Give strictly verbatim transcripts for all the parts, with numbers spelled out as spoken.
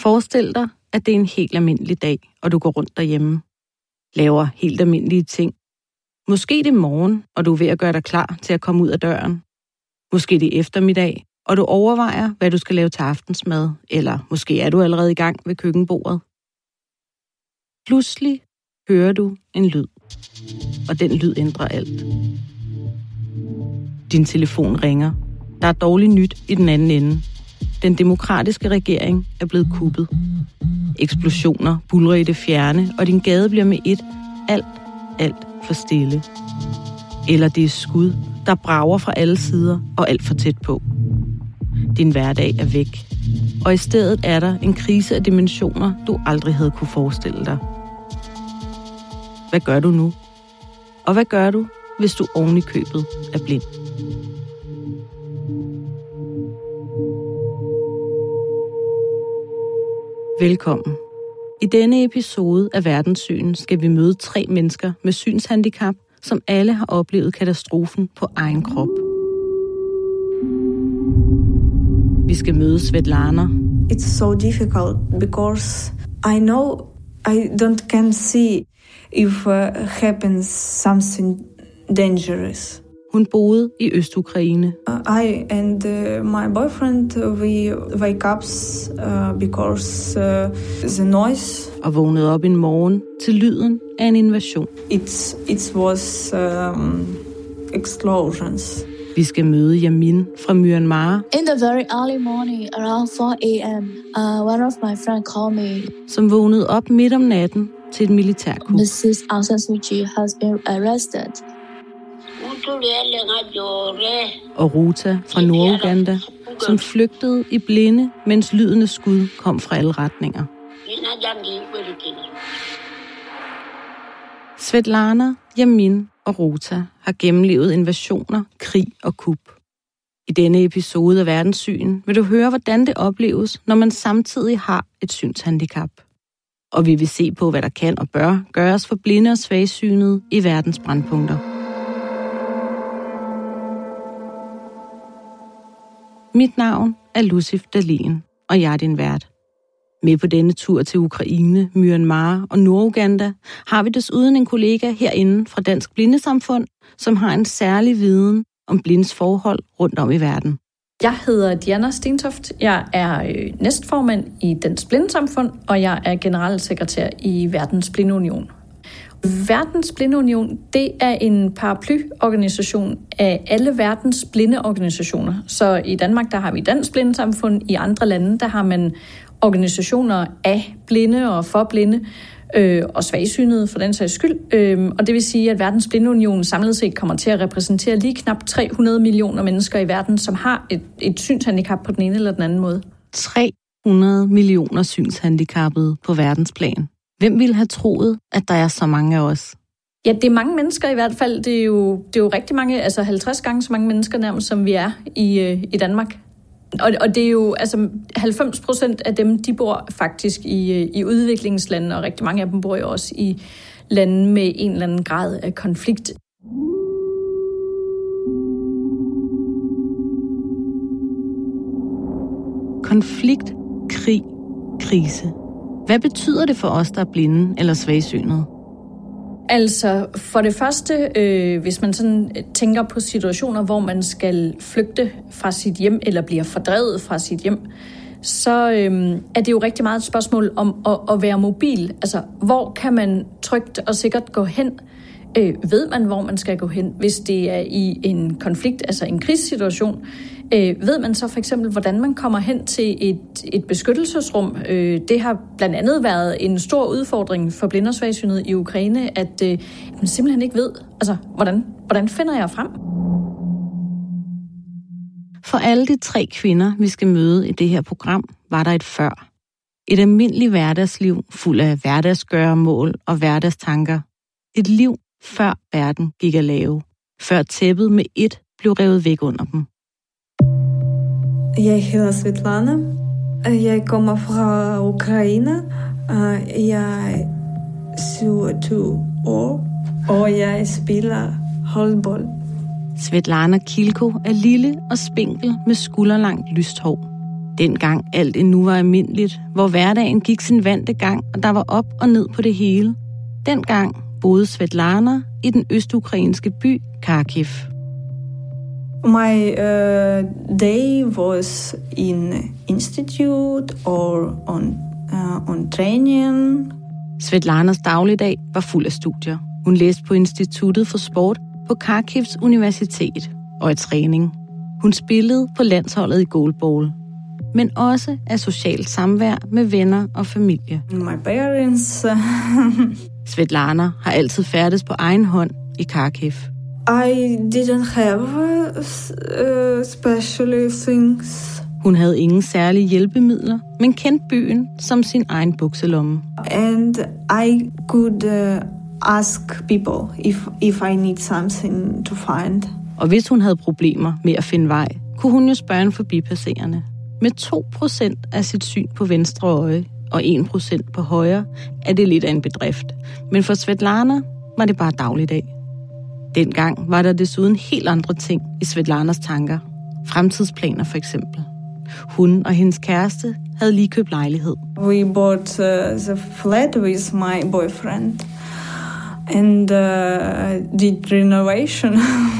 Forestil dig, at det er en helt almindelig dag, og du går rundt derhjemme. Laver helt almindelige ting. Måske det er morgen, og du er ved at gøre dig klar til at komme ud af døren. Måske det er eftermiddag, og du overvejer, hvad du skal lave til aftensmad, eller måske er du allerede i gang ved køkkenbordet. Pludselig hører du en lyd, og den lyd ændrer alt. Din telefon ringer. Der er dårligt nyt i den anden ende. Den demokratiske regering er blevet kuppet. Eksplosioner buldrer i det fjerne, og din gade bliver med et alt, alt for stille. Eller det er skud, der brager fra alle sider og alt for tæt på. Din hverdag er væk, og i stedet er der en krise af dimensioner, du aldrig havde kunne forestille dig. Hvad gør du nu? Og hvad gør du, hvis du oven i købet er blind? Velkommen. I denne episode af Verdenssyn skal vi møde tre mennesker med synshandicap, som alle har oplevet katastrofen på egen krop. Vi skal møde Svetlana. It's so difficult because I know I don't can see if uh, happens something dangerous. Hun boede i Østukraine. Uh, I and uh, my boyfriend we wake up uh, because uh, the noise. Og vågnede op en morgen til lyden af en invasion. It's it was um, explosions. Vi skal møde Yamin fra Myanmar. In the very early morning, around four a.m., uh, one of my friends called me. Som vågnede op midt om natten til et militærkup. Missus Aung San Suu Kyi has been arrested. Og Ruta fra Norduganda, som flygtede i blinde, mens lyden af skud kom fra alle retninger. Svetlana, Yamin og Ruta har gennemlevet invasioner, krig og kup. I denne episode af Verdenssyn vil du høre, hvordan det opleves, når man samtidig har et synshandicap. Og vi vil se på, hvad der kan og bør gøres for blinde og svagsynede i verdens brændpunkter. Mit navn er Lucif Dalin, og jeg er din vært. Med på denne tur til Ukraine, Myanmar og Norduganda har vi desuden en kollega herinde fra Dansk Blindesamfund, som har en særlig viden om blindes forhold rundt om i verden. Jeg hedder Diana Stentoft. Jeg er næstformand i Dansk Blindesamfund, og jeg er generalsekretær i Verdens Blindeunion. Verdens Blindeunion, det er en paraplyorganisation af alle verdens blindeorganisationer. Så i Danmark, der har vi Dansk Blindesamfund. I andre lande, der har man organisationer af blinde og for blinde øh, og svagsynede for den sags skyld. Øh, og det vil sige, at Verdens Blindeunion samlet set kommer til at repræsentere lige knap tre hundrede millioner mennesker i verden, som har et, et synshandicap på den ene eller den anden måde. tre hundrede millioner synshandicappede på verdensplan. Hvem ville have troet, at der er så mange af os? Ja, det er mange mennesker i hvert fald. Det er jo, det er jo rigtig mange, altså halvtreds gange så mange mennesker nærmest, som vi er i, øh, i Danmark. Og, og det er jo, altså halvfems procent af dem, de bor faktisk i, i udviklingslande, og rigtig mange af dem bor jo også i lande med en eller anden grad af konflikt. Konflikt, krig, krise. Hvad betyder det for os, der er blinde eller svagsynede? Altså, for det første, øh, hvis man sådan tænker på situationer, hvor man skal flygte fra sit hjem, eller bliver fordrevet fra sit hjem, så øh, er det jo rigtig meget et spørgsmål om at, at være mobil. Altså, hvor kan man trygt og sikkert gå hen? Øh, ved man, hvor man skal gå hen, hvis det er i en konflikt, altså en krisesituation? Øh, ved man så for eksempel, hvordan man kommer hen til et, et beskyttelsesrum? Øh, det har blandt andet været en stor udfordring for blinde og svagsynede i Ukraine, at øh, man simpelthen ikke ved, altså, hvordan, hvordan finder jeg frem? For alle de tre kvinder, vi skal møde i det her program, var der et før. Et almindeligt hverdagsliv fuld af hverdagsgøremål og hverdagstanker. Et liv før verden gik af lave. Før tæppet med et blev revet væk under dem. Jeg hedder Svetlana. Jeg kommer fra Ukraine. Jeg er syvogtyve år, og jeg spiller håndbold. Svetlana Kilko er lille og spinkel med skulderlangt lyst hår. Dengang alt endnu var almindeligt, hvor hverdagen gik sin vante gang, og der var op og ned på det hele. Dengang boede Svetlana i den østukrainske by Kharkiv. My uh, day was in institute or on, uh, on training. Svetlanas dagligdag var fuld af studier. Hun læste på Instituttet for Sport på Kharkivs Universitet og i træning. Hun spillede på landsholdet i goalball, men også af socialt samvær med venner og familie. My parents. Svetlana har altid færdes på egen hånd i Kharkiv. I didn't have uh, special things. Hun havde ingen særlige hjælpemidler, men kendte byen som sin egen bukselomme. And I could uh, ask people if, if I need something to find. Og hvis hun havde problemer med at finde vej, kunne hun jo spørge en forbipasserende. Med to procent af sit syn på venstre øje og en procent på højre, er det lidt af en bedrift. Men for Svetlana var det bare dagligdag. Dengang var der desuden helt andre ting i Svetlanas tanker. Fremtidsplaner for eksempel. Hun og hendes kæreste havde lige købt lejlighed. We bought uh, the flat with my boyfriend and uh, did renovation.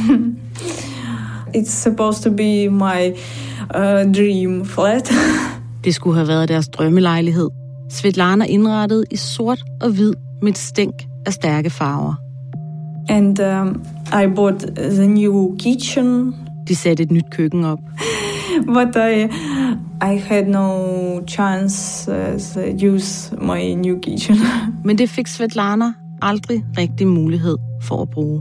It's supposed to be my uh, dream flat. Det skulle have været deres drømmelejlighed. Svetlana indrettede i sort og hvid med et stænk af stærke farver. And um, I bought the new kitchen. De satte et nyt køkken op. But I, I had no chance uh, to use my new kitchen. Men det fik Svetlana aldrig rigtig mulighed for at bruge.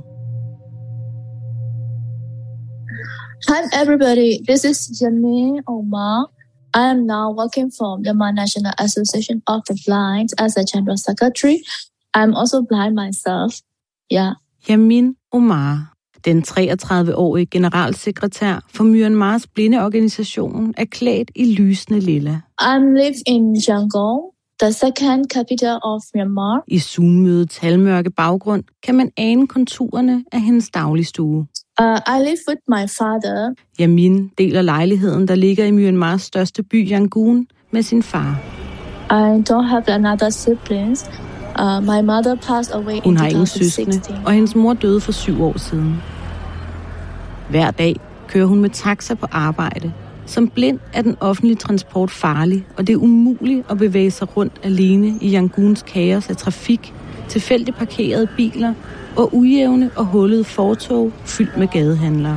Hi everybody, this is Jameen Omar. I am now working for Myanmar National Association of the Blind as a general secretary. I'm also blind myself. Yeah. Jameen Omar, den treogtredive-årige generalsekretær for Myanmars blindeorganisation, er klædt i lysende lilla. I live in Yangon, the second capital of Myanmar. I Zoom-mødets halvmørke baggrund kan man ane konturerne af hendes dagligstue. Uh, I live with my father. Jameen deler lejligheden, der ligger i Myanmars største by, Yangon, med sin far. I don't have another siblings. Uh, my mother passed away Hun in har ingen twenty sixteen. søskende, og hendes mor døde for syv år siden. Hver dag kører hun med taxa på arbejde. Som blind er den offentlige transport farlig, og det er umuligt at bevæge sig rundt alene i Yangoons kaos af trafik, tilfældigt parkerede biler og ujævne og hullede fortov fyldt med gadehandlere.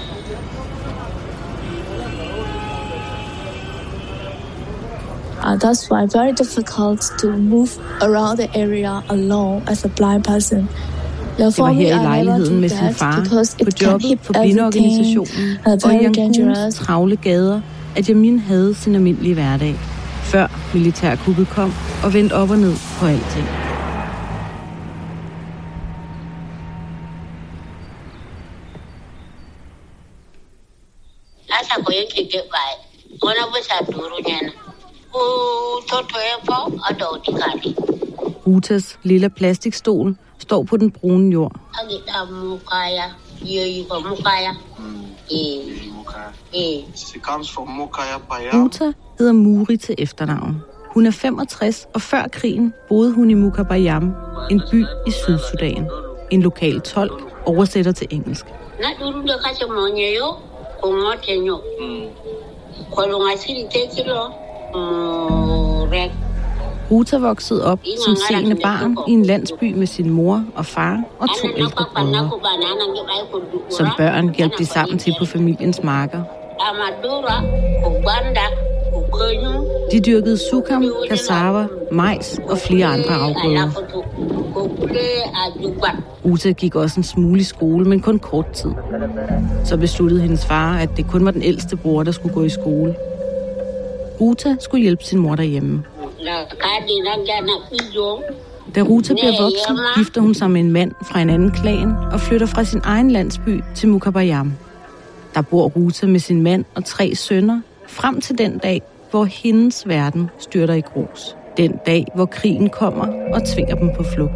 Uh, that's why very difficult to move around the area alone as a blind person. Det var her i lejligheden med sin far, på jobbet for blindeorganisationen og i Yangoons travle gader, at Jameen havde sin almindelige hverdag, før militærkuppet kom og vendte op og ned på alting. Rutas lille plastikstol står på den brune jord. Ruta hedder Muri til efternavn. Hun er femogtres, og før krigen boede hun i Mukabayam, en by i Sydsudan. En lokal tolk oversætter til engelsk. Ruta voksede op som seende barn i en landsby med sin mor og far og to ældre brødre. Som børn hjalp de sammen til på familiens marker. De dyrkede sukam, cassava, majs og flere andre afgrøder. Ruta gik også en smule i skole, men kun kort tid. Så besluttede hendes far, at det kun var den ældste bror, der skulle gå i skole. Ruta skulle hjælpe sin mor derhjemme. Da Ruta bliver voksen, gifter hun sig med en mand fra en anden klan og flytter fra sin egen landsby til Mukabayam. Der bor Ruta med sin mand og tre sønner, frem til den dag, hvor hendes verden styrter i grus. Den dag, hvor krigen kommer og tvinger dem på flugt.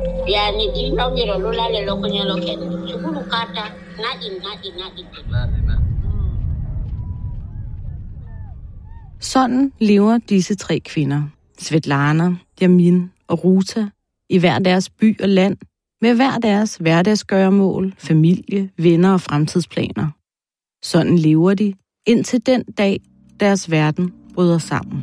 Sådan lever disse tre kvinder, Svetlana, Jamin og Ruta, i hver deres by og land, med hver deres hverdagsgøremål, familie, venner og fremtidsplaner. Sådan lever de, indtil den dag, deres verden bryder sammen.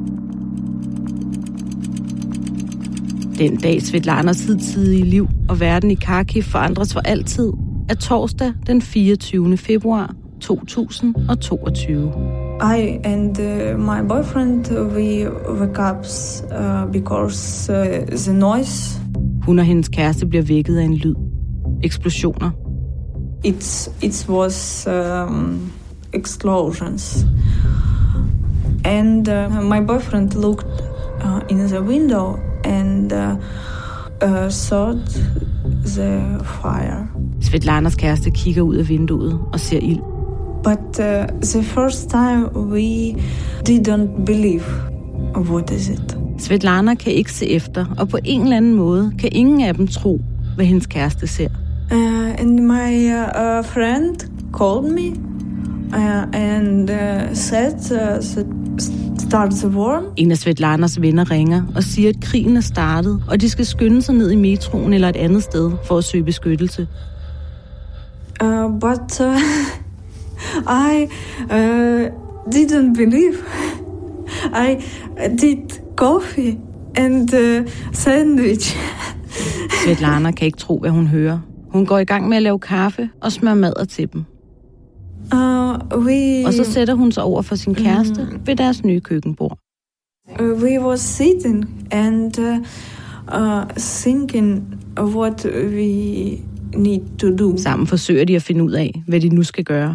Den dag Svetlanas hidtidige liv og verden i Kharkiv forandres for altid, er torsdag den fireogtyvende februar to tusind og toogtyve. I and uh, my boyfriend, we wake up uh, because uh, the noise. Hun og hendes kæreste bliver vækket af en lyd. Eksplosioner. It's, it was um, explosions. And uh, my boyfriend looked uh, in the window and uh, uh, saw the fire. Svetlanas kæreste kigger ud af vinduet og ser ild. But uh, the first time we didn't believe. What is it? Svetlana kan ikke se efter, og på en eller anden måde kan ingen af dem tro, hvad hendes kæreste ser. Uh, and my uh, friend called me uh, and uh, said, uh, start the war. En af Svetlanas venner ringer og siger, at krigen er startet, og de skal skynde sig ned i metroen eller et andet sted for at søge beskyttelse. Uh, but uh, I uh, didn't believe. I did coffee and uh, sandwich. Svetlana kan ikke tro, hvad hun hører. Hun går i gang med at lave kaffe og smøre madder til dem. Uh, we... Og så sætter hun sig over for sin kæreste mm. ved deres nye køkkenbord. Uh, we was sitting and uh, uh, thinking of what we need to do. Sammen forsøger de at finde ud af, hvad de nu skal gøre.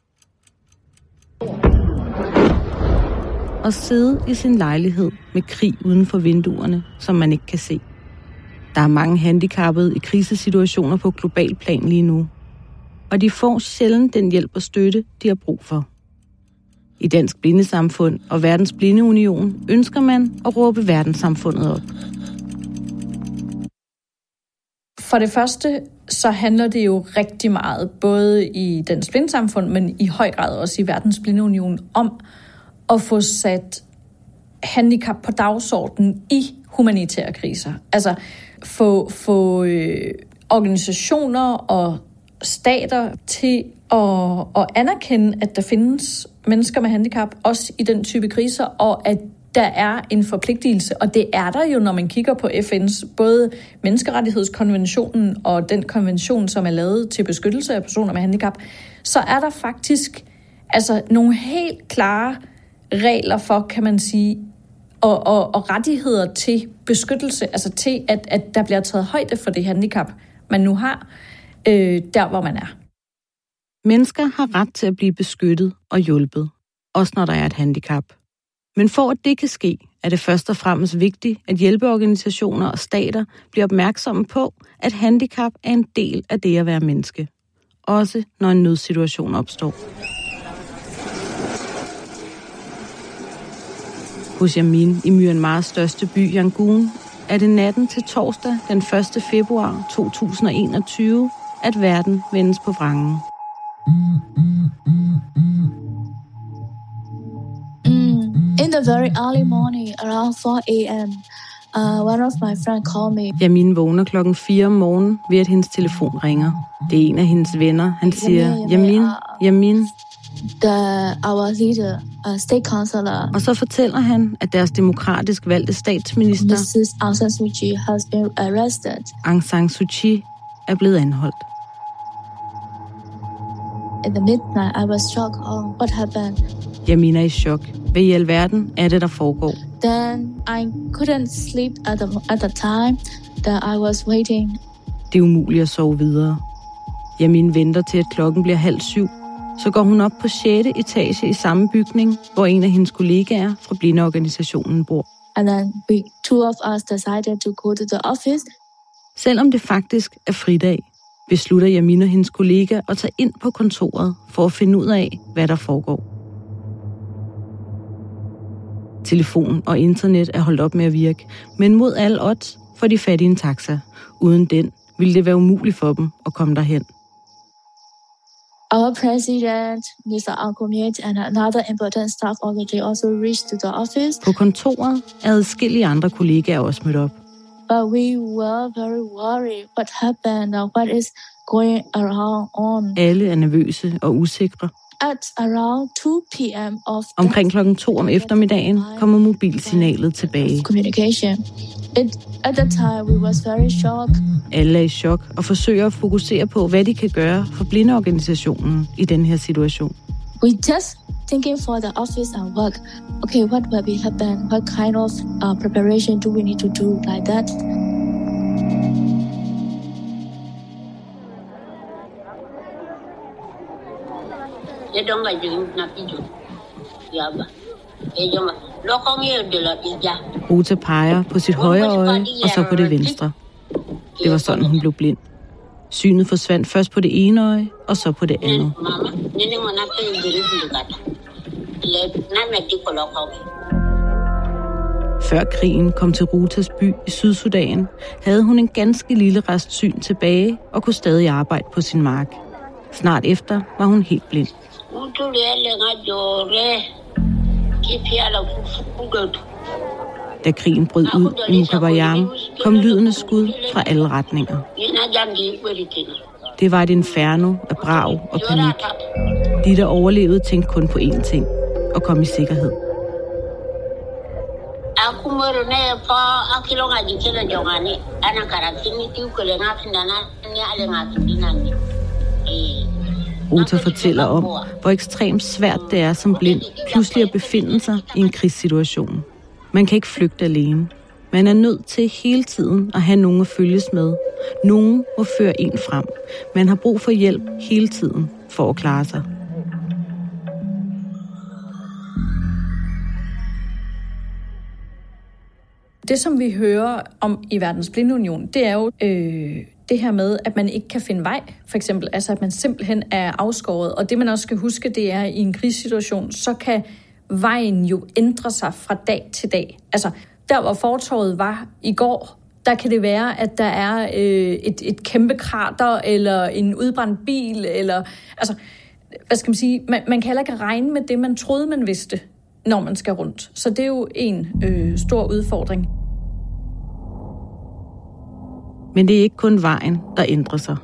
Og sidde i sin lejlighed med krig uden for vinduerne, som man ikke kan se. Der er mange handicappede i krisesituationer på global plan lige nu. Og de får sjældent den hjælp og støtte, de har brug for. I Dansk Blindesamfund og Verdens Blindeunion ønsker man at råbe verdenssamfundet op. For det første, så handler det jo rigtig meget, både i Dansk Blindesamfund, men i høj grad også i Verdens Blindeunion, om at få sat handicap på dagsordenen i humanitære kriser. Altså få, få øh, organisationer og stater til at, at anerkende, at der findes mennesker med handicap, også i den type kriser, og at der er en forpligtelse, og det er der jo, når man kigger på F N's både menneskerettighedskonventionen og den konvention, som er lavet til beskyttelse af personer med handicap, så er der faktisk altså nogle helt klare regler for, kan man sige, og, og, og rettigheder til beskyttelse, altså til, at, at der bliver taget højde for det handicap, man nu har, øh, der hvor man er. Mennesker har ret til at blive beskyttet og hjulpet, også når der er et handicap. Men for at det kan ske, er det først og fremmest vigtigt, at hjælpeorganisationer og stater bliver opmærksomme på, at handicap er en del af det at være menneske. Også når en nødsituation opstår. Hos Jamin i Myanmars største by, Yangon, er det natten til torsdag den første februar to tusind og enogtyve, at verden vendes på vrangen. In the very early morning, around four a.m., uh, one of my friends called me. Jamin vågner klokken fire om morgenen ved, at hendes telefon ringer. Det er en af hendes venner. Han siger, Jamin, Jamin. The, our leader, uh, state councillor. Og så fortæller han, at deres demokratisk valgte statsminister, missus Aung San Suu Kyi, has been arrested. Aung San Suu Kyi er blevet anholdt. In the midnight, I was shocked. Oh, what happened? Jamin er i chok. Hvad i alverden er det, der foregår? Then I couldn't sleep at the, at the time that I was waiting. Det er umuligt at sove videre. Jamin venter til, at klokken bliver halv syv. Så går hun op på sjette etage i samme bygning, hvor en af hendes kollegaer fra blindeorganisationen bor. And then we, two of us decided to go to the office. Selvom det faktisk er fridag, beslutter Jamin og hendes kollega at tage ind på kontoret for at finde ud af, hvad der foregår. Telefon og internet er holdt op med at virke, men mod alle odds får de fat i en taxa. Uden den ville det være umuligt for dem at komme derhen. Our president, mister Alcomiet, and another important staff already also reached to the office. På kontoret er adskillige andre kollegaer også mødt op. But we were very worried. What happened? What is going around on? Alle er nervøse og usikre. At around two p.m. of Omkring klokken to om eftermiddagen kommer mobilsignalet tilbage. Communication. It, at that time, we was very shocked. Alle er i chok og forsøger at fokusere på, hvad de kan gøre for blindeorganisationen i den her situation. We just thinking for the office and work. Okay, what will be happen? What kind of uh, preparation do we need to do like that? Ruta peger på sit højre øje og så på det venstre. Det var sådan, hun blev blind. Synet forsvandt først på det ene øje, og så på det andet. Før krigen kom til Rutas by i Sydsudan, havde hun en ganske lille rest syn tilbage og kunne stadig arbejde på sin mark. Snart efter var hun helt blind. Da krigen brød ud i Mukabayam, kom lyden af skud fra alle retninger. Det var et inferno af brag og panik. De, der overlevede, tænkte kun på én ting: at komme i sikkerhed. Ruta fortæller om, hvor ekstremt svært det er som blind pludselig at befinde sig i en krigssituation. Man kan ikke flygte alene. Man er nødt til hele tiden at have nogen at følges med. Nogen må føre en frem. Man har brug for hjælp hele tiden for at klare sig. Det, som vi hører om i Verdens Blindeunion, det er jo øh, det her med, at man ikke kan finde vej, for eksempel. Altså, at man simpelthen er afskåret. Og det, man også skal huske, det er, at i en krigssituation, så kan vejen jo ændre sig fra dag til dag. Altså, der hvor fortovet var i går, der kan det være, at der er øh, et, et kæmpe krater, eller en udbrændt bil, eller... Altså, hvad skal man sige? Man, man kan heller ikke regne med det, man troede, man vidste, når man skal rundt. Så det er jo en øh, stor udfordring. Men det er ikke kun vejen, der ændrer sig.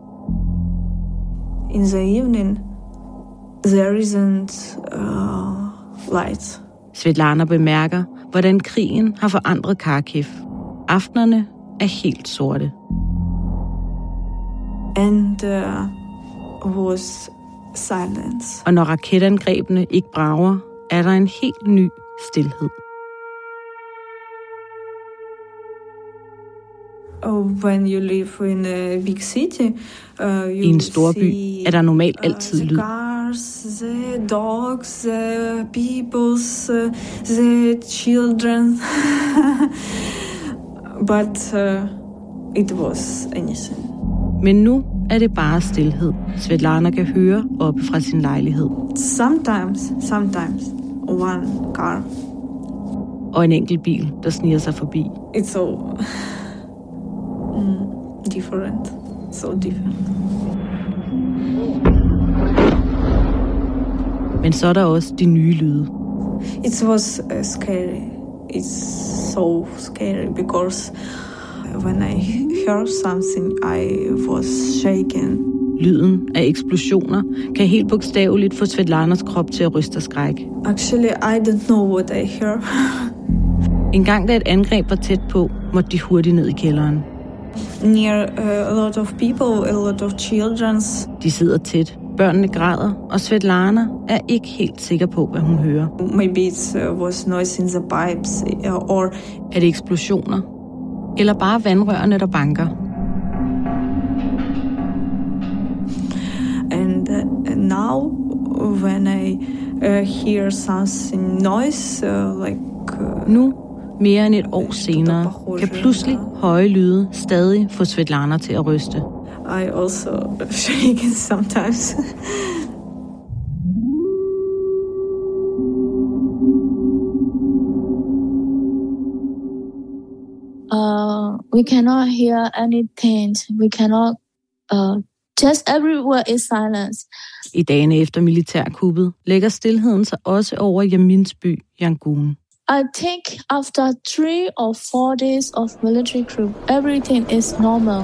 In the evening, there isn't uh, light. Svetlana bemærker, hvordan krigen har forandret Kharkiv. Aftenerne er helt sorte. And uh, was silence. Og når raketangrebene ikke brager, er der en helt ny stilhed. When you live in a big city, uh, you I en storby er der normalt altid lyd. The cars, the dogs, the peoples, uh, the children. But uh, it was anything. Men nu er det bare stilhed. Svetlana kan høre oppe fra sin lejlighed. Sometimes, sometimes, one car. Og en enkelt bil, der sniger sig forbi. It's so mm, different. So different. Men så er der også de nye lyde. It was uh, scary. It's so scary because when I heard something, I was shaken. Lyden af eksplosioner kan helt bogstaveligt få Svetlanas krop til at ryste af skræk. Actually, I don't know what I hear. En gang da et angreb var tæt på, måtte de hurtigt ned i kælderen. Near uh, a lot of people, a lot of children. De sidder tæt. Børnene græder, og Svetlana er ikke helt sikker på, hvad hun hører. Maybe it was noise in the pipes, or er det eksplosioner? Eller bare vandrørene, der banker? And uh, now, when I uh, hear something noise, uh, like uh, nu, mere end et år senere, kan pludselig høje lyde stadig få Svetlana til at ryste. I also shake sometimes. uh, we cannot hear anything. We cannot uh, Just everywhere is silence. I dagene efter militærkuppet lægger stilheden sig også over Yamins by, Yangon. I think after three or four days of military coup, everything is normal.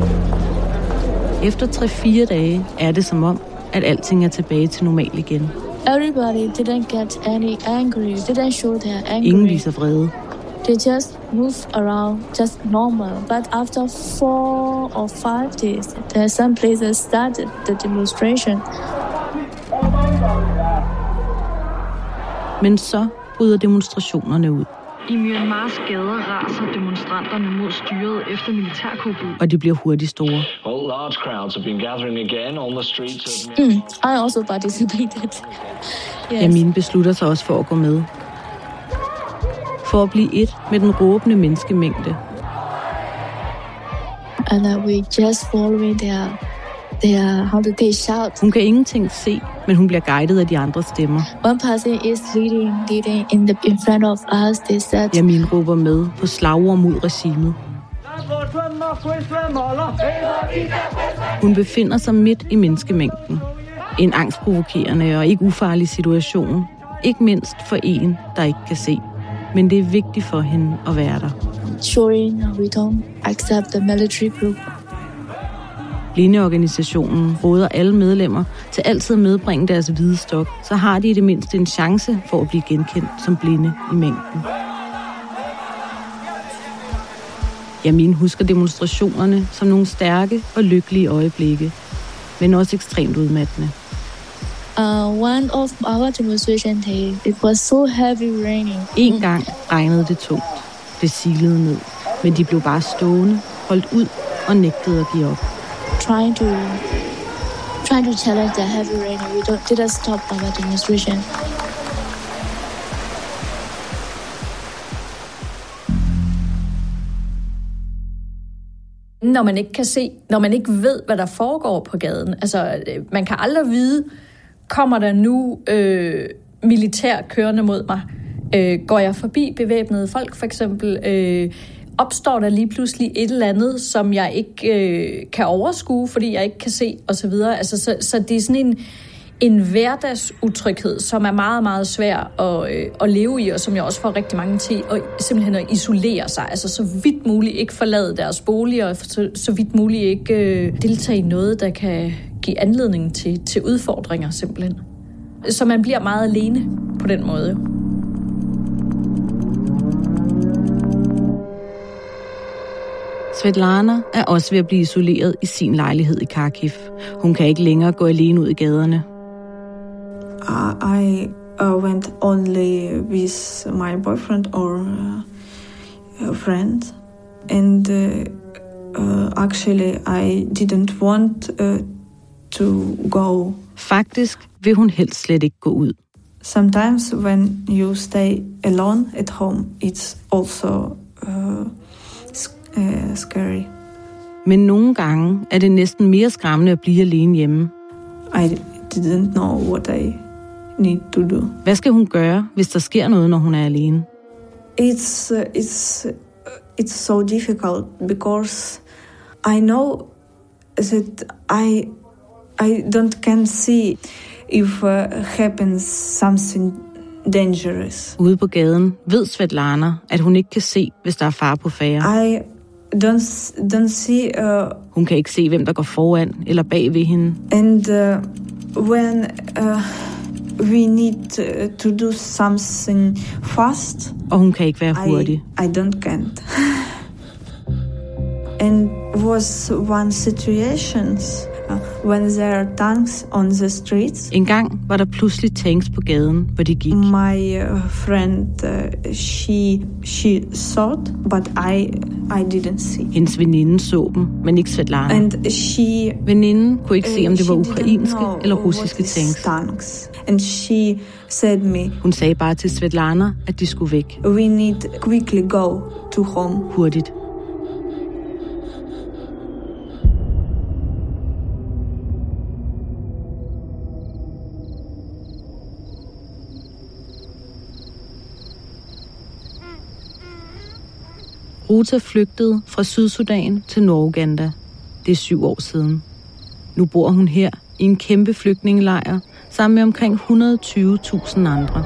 Efter tre-fire dage er det som om, at alting er tilbage til normal igen. Everybody didn't get any angry, didn't show their anger. Ingen viser vrede. They just move around, just normal. But after four or five days, there are some places started the demonstration. Men så bryder demonstrationerne ud. I Myanmars gader raser demonstranterne mod styret efter militærkuppet. Og de bliver hurtigt store. Well, large crowds have been gathering again on the streets of... Mm, I also participated. Yes. Yamin beslutter sig også for at gå med. For at blive et med den råbende menneskemængde. And uh, we just following their, their, how do they shout? Hun kan ingenting se, men hun bliver guidet af de andre stemmer. One person is leading, leading in, the, in front of us. They said, Yamin råber med på slagord mod regimet. Hun befinder sig midt i menneskemængden. En angstprovokerende og ikke ufarlig situation. Ikke mindst for en, der ikke kan se. Men det er vigtigt for hende at være der. showing we don't accept the military group. Blindeorganisationen råder alle medlemmer til altid at medbringe deres hvide stok, så har de i det mindste en chance for at blive genkendt som blinde i mængden. Yamin husker demonstrationerne som nogle stærke og lykkelige øjeblikke, men også ekstremt udmattende. Uh, one of our demonstration day, it was so heavy raining. En gang regnede det tungt. Det silede ned, men de blev bare stående, holdt ud og nægtede at give op. Trying to, trying to challenge the heavy rain. We don't, didn't stop our demonstration. Når man ikke kan se, når man ikke ved, hvad der foregår på gaden. Altså, man kan aldrig vide, kommer der nu øh, militær kørende mod mig? Øh, går jeg forbi bevæbnede folk, for eksempel? Øh, opstår der lige pludselig et eller andet, som jeg ikke øh, kan overskue, fordi jeg ikke kan se, osv.? Altså, så, så det er sådan en, en hverdagsudtrykhed, som er meget, meget svær at, øh, at leve i, og som jeg også får rigtig mange til at simpelthen at isolere sig. Altså så vidt muligt ikke forlade deres boliger, og så, så vidt muligt ikke øh, deltage i noget, der kan give anledning til, til udfordringer, simpelthen. Så man bliver meget alene på den måde. Svetlana er også ved at blive isoleret i sin lejlighed i Kharkiv. Hun kan ikke længere gå alene ud i gaderne. Uh, I uh, went only with my boyfriend or uh, a friend, and uh, uh, actually I didn't want uh, to go. Faktisk vil hun helst slet ikke gå ud. Sometimes when you stay alone at home, it's also uh, uh, scary. Men nogle gange er det næsten mere skræmmende at blive alene hjemme. I didn't know what I need to do. Hvad skal hun gøre, hvis der sker noget, når hun er alene? It's uh, it's uh, it's so difficult because I know that I I don't can see if uh, happens something dangerous. Ude på gaden ved Svetlana, at hun ikke kan se, hvis der er fare på færde. I don't don't see. Uh, hun kan ikke se, hvem der går foran eller bag ved hende. And uh, when uh, we need uh, to do something fast, og hun kan ikke være hurtig. I, I don't can't. And was one situations uh, when there are tanks on the streets. En gang var der pludselig tanks på gaden, hvor de gik. My uh, friend, uh, she she saw it, but I I didn't see. Hendes veninde så dem, men ikke Svetlana. And she Veninden kunne ikke se, om det var ukrainske eller russiske tanks. tanks. And she said me. Hun sagde bare til Svetlana, at de skulle væk. We need quickly go to home. Hurtigt. Ruta flygtede fra Sydsudan til Norduganda. Det er syv år siden. Nu bor hun her i en kæmpe flygtningelejr sammen med omkring et hundrede og tyve tusind andre.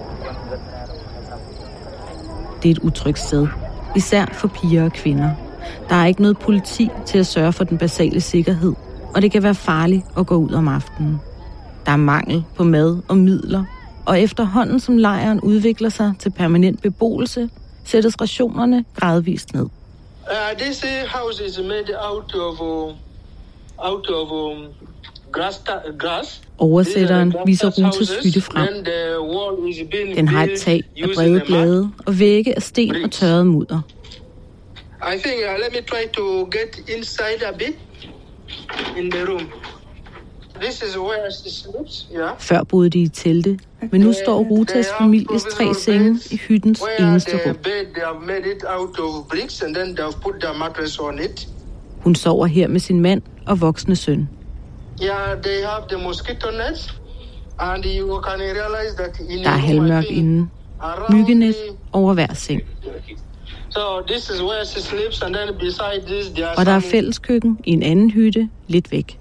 Det er et utrygt sted, især for piger og kvinder. Der er ikke noget politi til at sørge for den basale sikkerhed, og det kan være farligt at gå ud om aftenen. Der er mangel på mad og midler, og efterhånden som lejren udvikler sig til permanent beboelse, sættes rationerne gradvist ned. Uh, this house is made out of, uh, out of um, grass, grass. Oversætteren viser Rutas hytte frem. Den har et tag af brede blade og vægge af sten og tørret mudder. I think uh, let me try to get inside a bit in the room. This is where she sleeps, yeah. Før boede de i telte, men nu står Rutas families tre senge i hyttens eneste rum. Hun sover her med sin mand og voksne søn. Der er halvmørk inde. Myggenet over hver seng. Og der er fælleskøkken i en anden hytte lidt væk.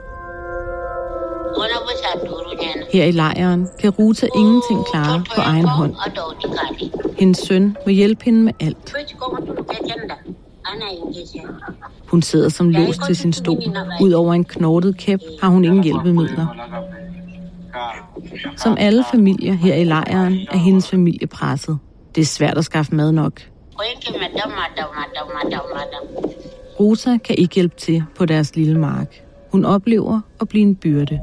Her i lejren kan Ruta ingenting klare på egen hånd. Hendes søn må hjælpe hende med alt. Hun sidder som låst til sin stol. Udover en knortet kæp har hun ingen hjælpemidler. Som alle familier her i lejren er hendes familie presset. Det er svært at skaffe mad nok. Ruta kan ikke hjælpe til på deres lille mark. Hun oplever at blive en byrde.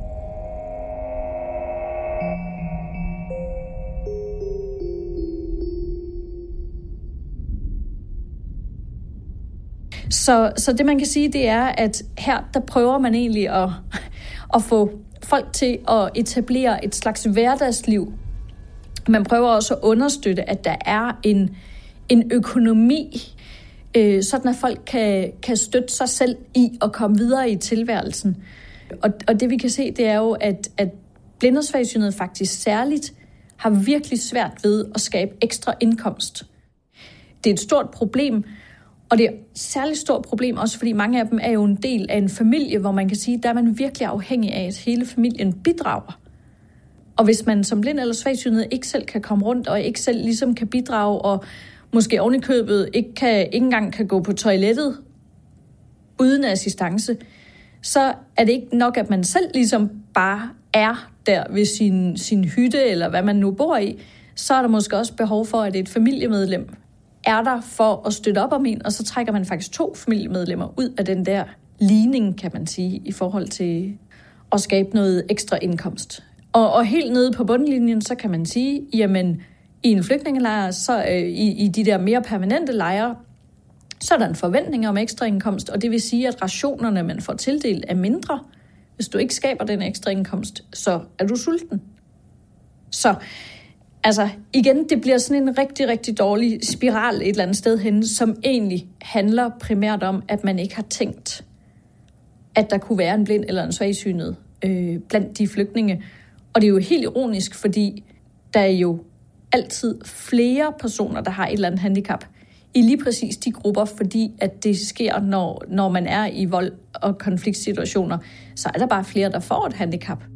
Så, så det man kan sige, det er, at her der prøver man egentlig at, at få folk til at etablere et slags hverdagsliv. Man prøver også at understøtte, at der er en, en økonomi, øh, sådan at folk kan, kan støtte sig selv i at komme videre i tilværelsen. Og, og det vi kan se, det er jo, at, at blinde og svagsynede faktisk særligt har virkelig svært ved at skabe ekstra indkomst. Det er et stort problem, og det er et særligt stort problem også, fordi mange af dem er jo en del af en familie, hvor man kan sige, der er man virkelig afhængig af, at hele familien bidrager. Og hvis man som blind eller svagsynet ikke selv kan komme rundt, og ikke selv ligesom kan bidrage, og måske ovenikøbet ikke, kan, ikke engang kan gå på toilettet uden assistance, så er det ikke nok, at man selv ligesom bare er der ved sin, sin hytte, eller hvad man nu bor i. Så er der måske også behov for, at et familiemedlem er der for at støtte op om en, og så trækker man faktisk to familiemedlemmer ud af den der ligning, kan man sige, i forhold til at skabe noget ekstra indkomst. Og, og helt nede på bundlinjen, så kan man sige, jamen i en flygtningelejr, så øh, i, i de der mere permanente lejre, så er der en forventning om ekstra indkomst, og det vil sige, at rationerne, man får tildelt, er mindre. Hvis du ikke skaber den ekstra indkomst, så er du sulten. Så altså igen, det bliver sådan en rigtig, rigtig dårlig spiral et eller andet sted henne, som egentlig handler primært om, at man ikke har tænkt, at der kunne være en blind eller en svagsynet øh, blandt de flygtninge. Og det er jo helt ironisk, fordi der er jo altid flere personer, der har et eller andet handicap i lige præcis de grupper, fordi at det sker, når, når man er i vold- og konfliktsituationer, så er der bare flere, der får et handicap.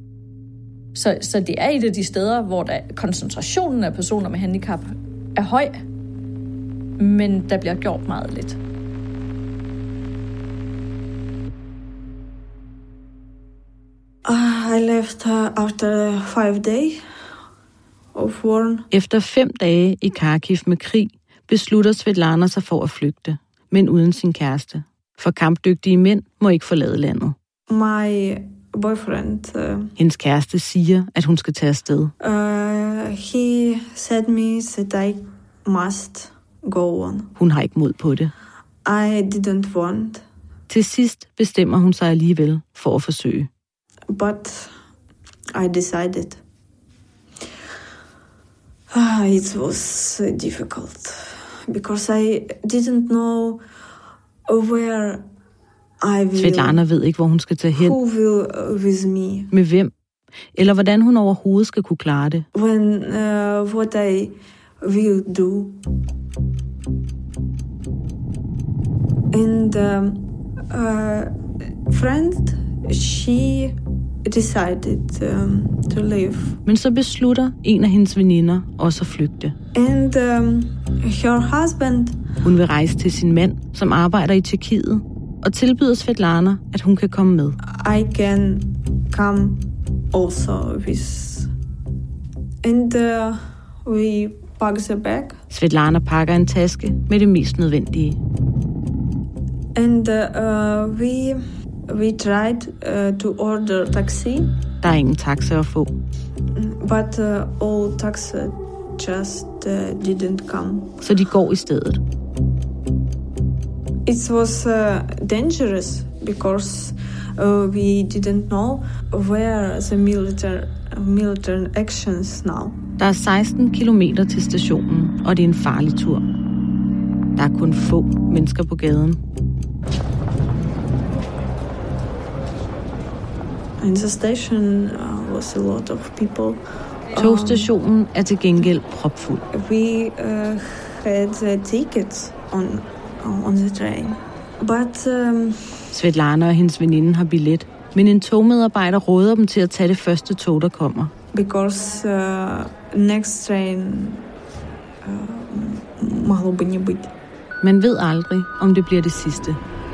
Så, så det er et af de steder, hvor der, koncentrationen af personer med handicap er høj, men der bliver gjort meget lidt. I left after five days of war. Efter fem dage i Kharkiv med krig, beslutter Svetlana sig for at flygte, men uden sin kæreste. For kampdygtige mænd må ikke forlade landet. My boyfriend. Uh, Hendes kæreste siger, at hun skal tage afsted. Uh, he said me that I must go on. Hun har ikke mod på det. I didn't want. Til sidst bestemmer hun sig alligevel for at forsøge. But I decided. Uh, it was uh, difficult because I didn't know where I will. Svetlana ved ikke, hvor hun skal tage hen. Who will uh, with me? Med hvem? Eller hvordan hun overhovedet skal kunne klare det. When uh, what I will do. And um, uh, friend she decided um, to leave. Men så beslutter en af hendes veninder også at flygte. And um, her husband... Hun vil rejse til sin mand, som arbejder i Tjekkiet, og tilbyder Svetlana, at hun kan komme med. I can come also with... And uh, we pack the bag. Svetlana pakker en taske med det mest nødvendige. And uh, we, we tried uh, to order taxi. Der er ingen taxa at få. But uh, all taxi just uh, didn't come. Så de går i stedet. It was uh, dangerous because uh, we didn't know where the military military actions now. Der er seksten kilometer til stationen, og det er en farlig tur. Der er kun få mennesker på gaden. In the station uh, was a lot of people. Togstationen er til gengæld propfuld. We uh, had uh, tickets on on the train, but um, Svetlana og hendes veninde har billet, men en togmedarbejder råder dem til at tage det første tog, der kommer. Because uh, next train uh, могло бы не быть. Man ved aldrig, om det bliver det sidste.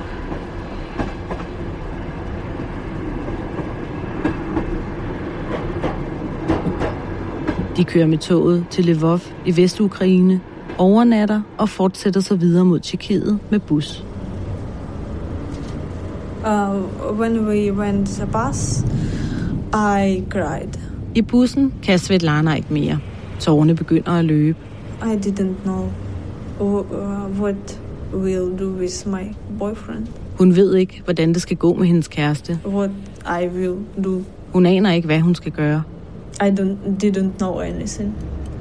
De kører med toget til Lvov i Vestukraine, overnatter og fortsætter sig videre mod Tjekkiet med bus. Uh, when we went the bus, I cried. I bussen kan Svetlana ikke mere. Tårerne begynder at løbe. I didn't know uh, what we'll do with my boyfriend. Hun ved ikke, hvordan det skal gå med hendes kæreste. What I will do. Hun aner ikke, hvad hun skal gøre. I don't, didn't know anything.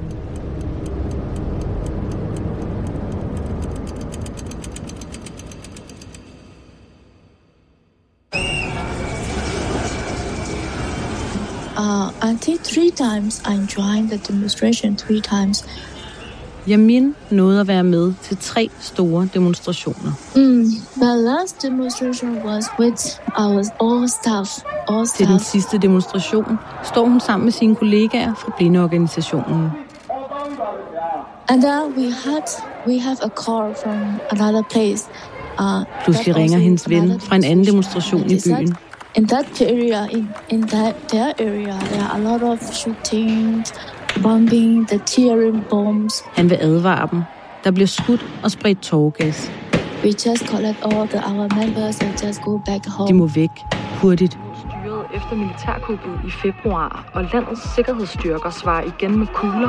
Uh, I think three times I joined the demonstration three times. Yamin nåede at være med til tre store demonstrationer. Mm, the last demonstration was with our all staff. All Til den staff. sidste demonstration står hun sammen med sine kollegaer fra blindeorganisationen. And then we had we have a call from another place. Uh, Pludselig that ringer also hendes ven another fra en anden demonstration i They said, byen. In that area, in in that their area, there are a lot of shootings, bombing, the tearing bombs. Han vil advare dem. Der bliver skudt og spredt tåregas. We just collect all the our members and just go back home. De må væk. Hurtigt. Styret efter militærkuppet i februar, og landets sikkerhedsstyrker svarer igen med kugler.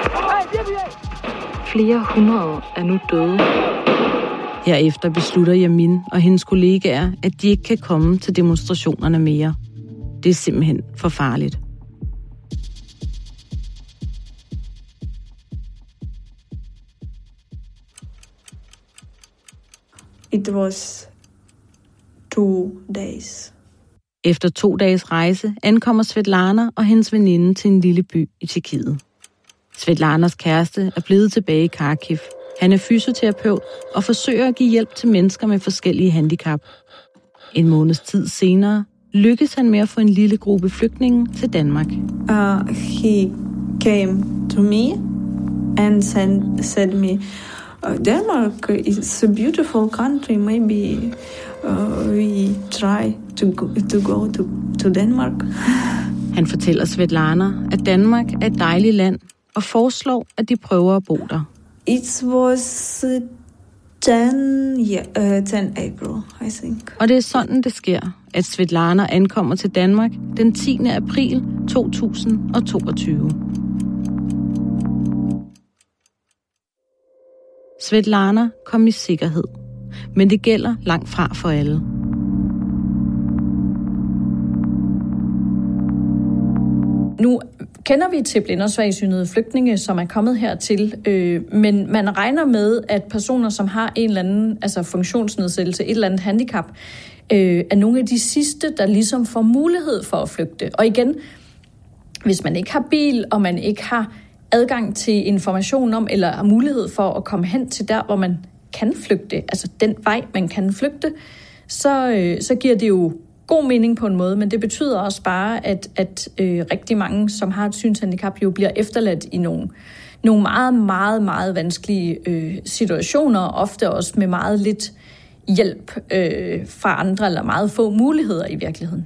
Flere hundrede er nu døde. Herefter beslutter Yamin og hendes kollegaer, at de ikke kan komme til demonstrationerne mere. Det er simpelthen for farligt. It was two days. Efter to dages rejse ankommer Svetlana og hendes veninde til en lille by i Tjekkiet. Svetlanas kæreste er blevet tilbage i Kharkiv. Han er fysioterapeut og forsøger at give hjælp til mennesker med forskellige handicap. En måneds tid senere lykkes han med at få en lille gruppe flygtninge til Danmark. Uh, he came to me and said, said me, uh, Denmark is a beautiful country. Maybe uh, we try to go to, go to, to Denmark. Han fortæller Svetlana, at Danmark er et dejligt land og foreslår, at de prøver at bo der. It was uh, ten, yeah, uh, ten April, I think. Og det er sådan, det sker, at Svetlana ankommer til Danmark den tiende april to tusind og toogtyve. Svetlana kom i sikkerhed, men det gælder langt fra for alle. Nu kender vi til blinde og svagsynede flygtninge, som er kommet hertil, øh, men man regner med, at personer, som har en eller anden altså funktionsnedsættelse, et eller andet handicap, øh, er nogle af de sidste, der ligesom får mulighed for at flygte. Og igen, hvis man ikke har bil, og man ikke har adgang til information om, eller har mulighed for at komme hen til der, hvor man kan flygte, altså den vej, man kan flygte, så, øh, så giver det jo god mening på en måde, men det betyder også bare, at, at øh, rigtig mange, som har et synshandicap, jo bliver efterladt i nogle, nogle meget, meget, meget vanskelige øh, situationer, ofte også med meget lidt hjælp øh, fra andre, eller meget få muligheder i virkeligheden.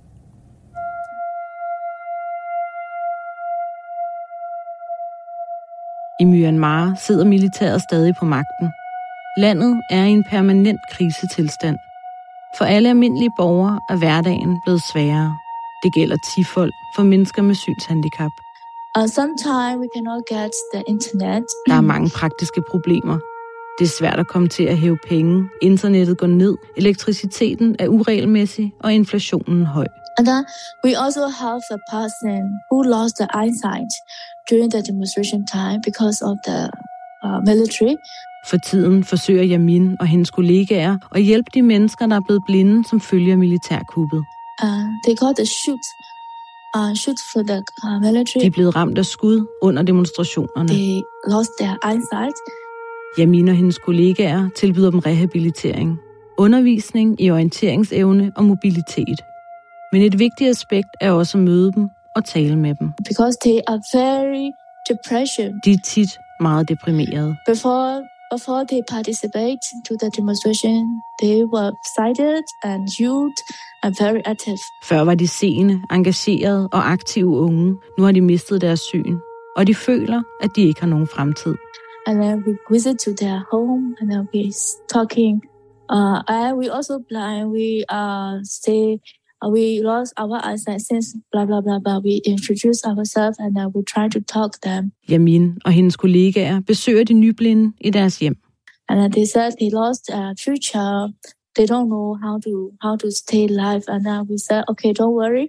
I Myanmar sidder militæret stadig på magten. Landet er i en permanent krisetilstand. For alle almindelige borgere er hverdagen blevet sværere. Det gælder tifold for mennesker med synshandicap. Uh, sometimes we cannot get the internet. Der er mange praktiske problemer. Det er svært at komme til at hæve penge. Internettet går ned, elektriciteten er uregelmæssig, og inflationen høj. And then we also have a person who lost the eyesight during the demonstration time because of the uh, military. For tiden forsøger Yamin og hendes kollegaer at hjælpe de mennesker, der er blevet blinde, som følger militærkuppet. Uh, they got a shoot, uh, shoot for the uh, military. De er blevet ramt af skud under demonstrationerne. They lost their eyesight. Yamin og hendes kollegaer tilbyder dem rehabilitering, undervisning i orienteringsevne og mobilitet. Men et vigtigt aspekt er også at møde dem og tale med dem. Because they are very depression. De er tit meget deprimerede. Before Before they participate to the demonstration, they were excited and youth and very active. Før var de seende, engagerede og aktive unge. Nu har de mistet deres syn, og de føler, at de ikke har nogen fremtid. And then we visit to their home, and then we talking. Uh, and we also blind. We uh say uh, we lost our eyesight since blah blah blah blah. We introduce ourselves, and then we try to talk them. Yamin og hendes kollegaer besøger de nyblinde i deres hjem. And then they said they lost a future. They don't know how to how to stay alive. And then we said, okay, don't worry.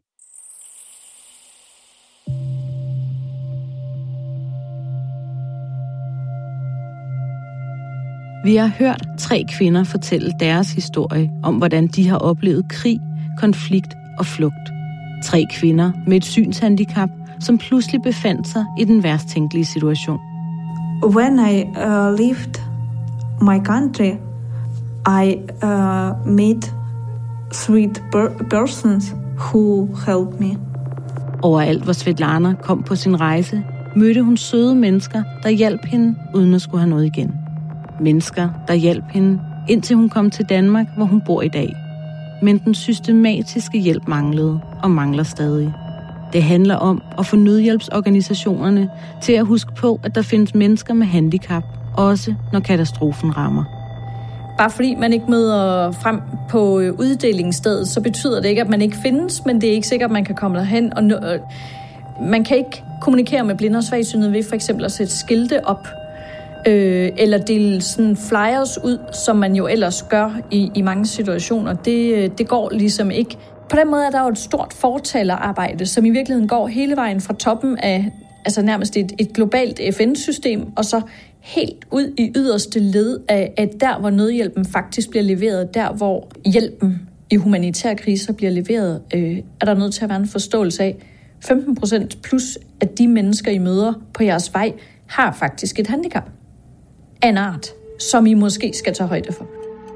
Vi har hørt tre kvinder fortælle deres historie om, hvordan de har oplevet krig, konflikt og flugt. Tre kvinder med et synshandicap, som pludselig befandt sig i den værst tænkelige situation. When I uh, left my country, I uh, met sweet per- persons who helped me. Overalt, hvor Svetlana kom på sin rejse, mødte hun søde mennesker, der hjalp hende, uden at skulle have noget igen. Mennesker, der hjalp hende, indtil hun kom til Danmark, hvor hun bor i dag. Men den systematiske hjælp manglede og mangler stadig. Det handler om at få nødhjælpsorganisationerne til at huske på, at der findes mennesker med handicap, også når katastrofen rammer. Bare fordi man ikke møder frem på uddelingsstedet, så betyder det ikke, at man ikke findes, men det er ikke sikkert, at man kan komme derhen. Og man kan ikke kommunikere med blinde og svagsynede ved for eksempel at sætte skilte op, Øh, eller dele sådan flyers ud, som man jo ellers gør i, i mange situationer. Det, det går ligesom ikke. På den måde er der jo et stort fortalerarbejde, som i virkeligheden går hele vejen fra toppen af altså nærmest et, et globalt F N-system, og så helt ud i yderste led af, at der, hvor nødhjælpen faktisk bliver leveret, der, hvor hjælpen i humanitære kriser bliver leveret, øh, er der nødt til at være en forståelse af, femten procent plus af de mennesker, I møder på jeres vej, har faktisk et handicap af en art, som I måske skal tage højde for.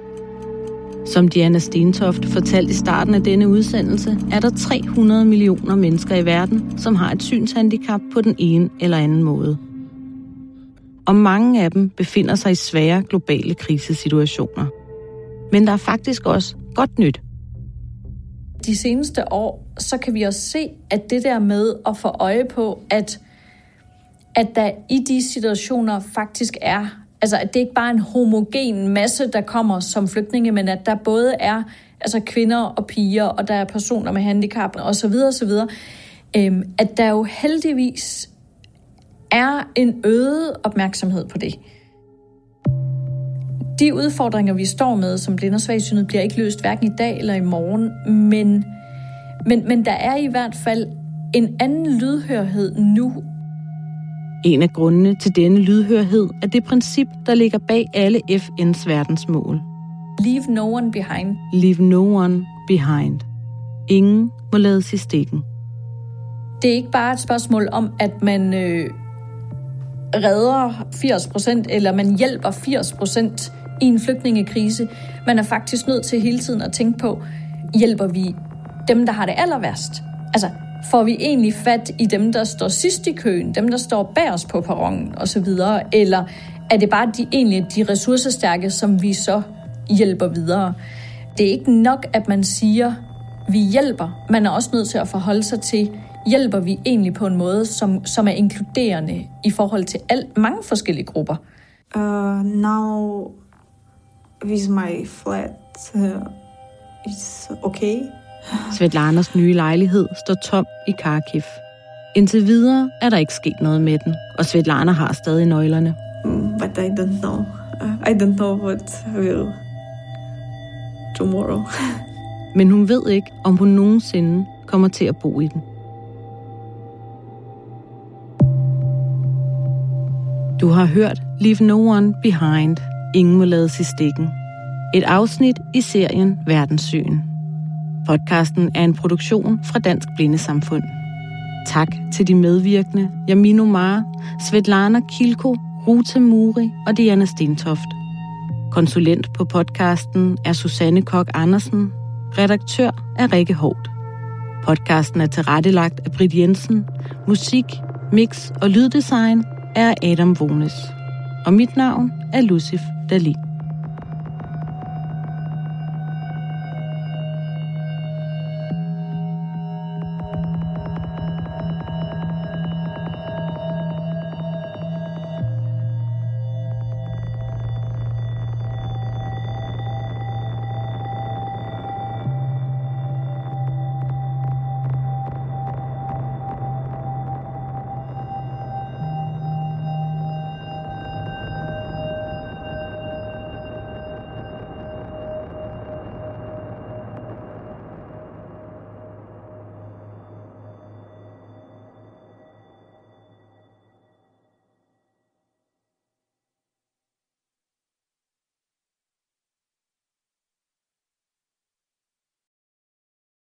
Som Diana Stentoft fortalte i starten af denne udsendelse, er der tre hundrede millioner mennesker i verden, som har et synshandicap på den ene eller anden måde. Og mange af dem befinder sig i svære globale krisesituationer. Men der er faktisk også godt nyt. De seneste år, så kan vi også se, at det der med at få øje på, at, at der i de situationer faktisk er, altså at det ikke bare er en homogen masse, der kommer som flygtninge, men at der både er altså kvinder og piger, og der er personer med handicap og så videre, og så videre. Øhm, at der jo heldigvis er en øget opmærksomhed på det. De udfordringer, vi står med som blinde og svagsynede, bliver ikke løst hverken i dag eller i morgen, men, men, men der er i hvert fald en anden lydhørhed nu. En af grundene til denne lydhørhed er det princip, der ligger bag alle F N's verdensmål. Leave no one behind. Leave no one behind. Ingen må lades i stikken. Det er ikke bare et spørgsmål om, at man øh, redder firs procent, eller man hjælper firs procent i en flygtningekrise. Man er faktisk nødt til hele tiden at tænke på, hjælper vi dem, der har det aller værst? Altså, får vi egentlig fat i dem, der står sidst i køen, dem, der står bag os på perronen osv., eller er det bare de, egentlig de ressourcestærke, som vi så hjælper videre? Det er ikke nok, at man siger, vi hjælper. Man er også nødt til at forholde sig til, hjælper vi egentlig på en måde, som, som er inkluderende i forhold til alt, mange forskellige grupper? Uh, now, with my flat, uh, it's okay. Svetlanas nye lejlighed står tom i Kharkiv. Indtil videre er der ikke sket noget med den, og Svetlana har stadig nøglerne. But I don't know. Uh, I don't know what will tomorrow. Men hun ved ikke, om hun nogensinde kommer til at bo i den. Du har hørt Leave No One Behind. Ingen må lades i stikken. Et afsnit i serien Verdenssyn. Podcasten er en produktion fra Dansk Blindesamfund. Tak til de medvirkende Yamin Omar, Svetlana Kilko, Rute Muri og Diana Stentoft. Konsulent på podcasten er Susanne Kok Andersen. Redaktør er Rikke Hovt. Podcasten er tilrettelagt af Britt Jensen. Musik, mix og lyddesign er Adam Vones. Og mit navn er Lucif Dalin.